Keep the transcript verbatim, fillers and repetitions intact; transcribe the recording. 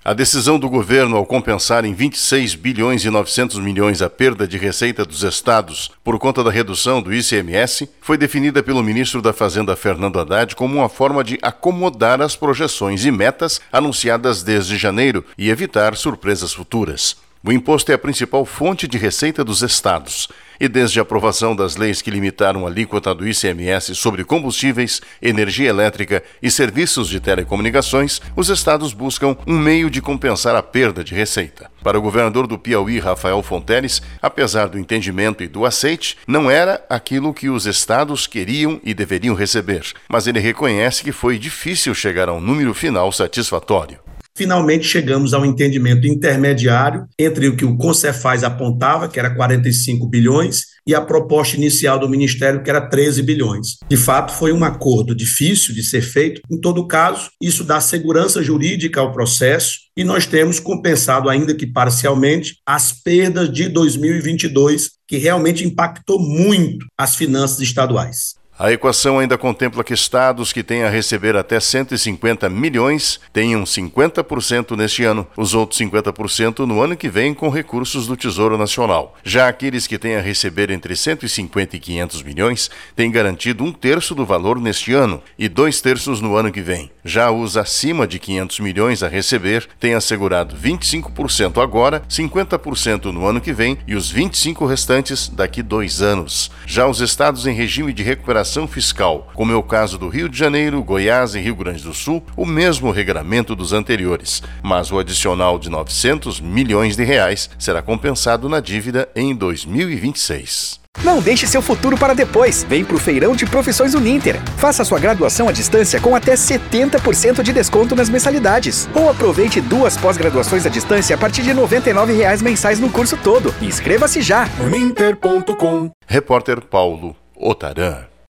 A decisão do governo ao compensar em vinte e seis bilhões e novecentos milhões a perda de receita dos estados por conta da redução do I C M S foi definida pelo ministro da Fazenda Fernando Haddad como uma forma de acomodar as projeções e metas anunciadas desde janeiro e evitar surpresas futuras. O imposto é a principal fonte de receita dos estados e desde a aprovação das leis que limitaram a alíquota do I C M S sobre combustíveis, energia elétrica e serviços de telecomunicações, os estados buscam um meio de compensar a perda de receita. Para o governador do Piauí, Rafael Fonteles, apesar do entendimento e do aceite, não era aquilo que os estados queriam e deveriam receber, mas ele reconhece que foi difícil chegar a um número final satisfatório. Finalmente chegamos ao entendimento intermediário entre o que o Concefaz apontava, que era quarenta e cinco bilhões, e a proposta inicial do Ministério, que era treze bilhões. De fato, foi um acordo difícil de ser feito. Em todo caso, isso dá segurança jurídica ao processo e nós temos compensado, ainda que parcialmente, as perdas de dois mil e vinte e dois, que realmente impactou muito as finanças estaduais. A equação ainda contempla que estados que têm a receber até cento e cinquenta milhões tenham cinquenta por cento neste ano, os outros cinquenta por cento no ano que vem com recursos do Tesouro Nacional. Já aqueles que têm a receber entre cento e cinquenta e quinhentos milhões têm garantido um terço do valor neste ano e dois terços no ano que vem. Já os acima de quinhentos milhões a receber têm assegurado vinte e cinco por cento agora, cinquenta por cento no ano que vem e os vinte e cinco por cento restantes daqui dois anos. Já os estados em regime de recuperação fiscal, como é o caso do Rio de Janeiro, Goiás e Rio Grande do Sul, o mesmo regramento dos anteriores, mas o adicional de novecentos milhões de reais será compensado na dívida em dois mil e vinte e seis. Não deixe seu futuro para depois. Vem pro Feirão de Profissões Uninter. Faça sua graduação à distância com até setenta por cento de desconto nas mensalidades. Ou aproveite duas pós-graduações à distância a partir de noventa e nove reais mensais no curso todo. Inscreva-se já. uninter ponto com. Repórter Paulo Otaran.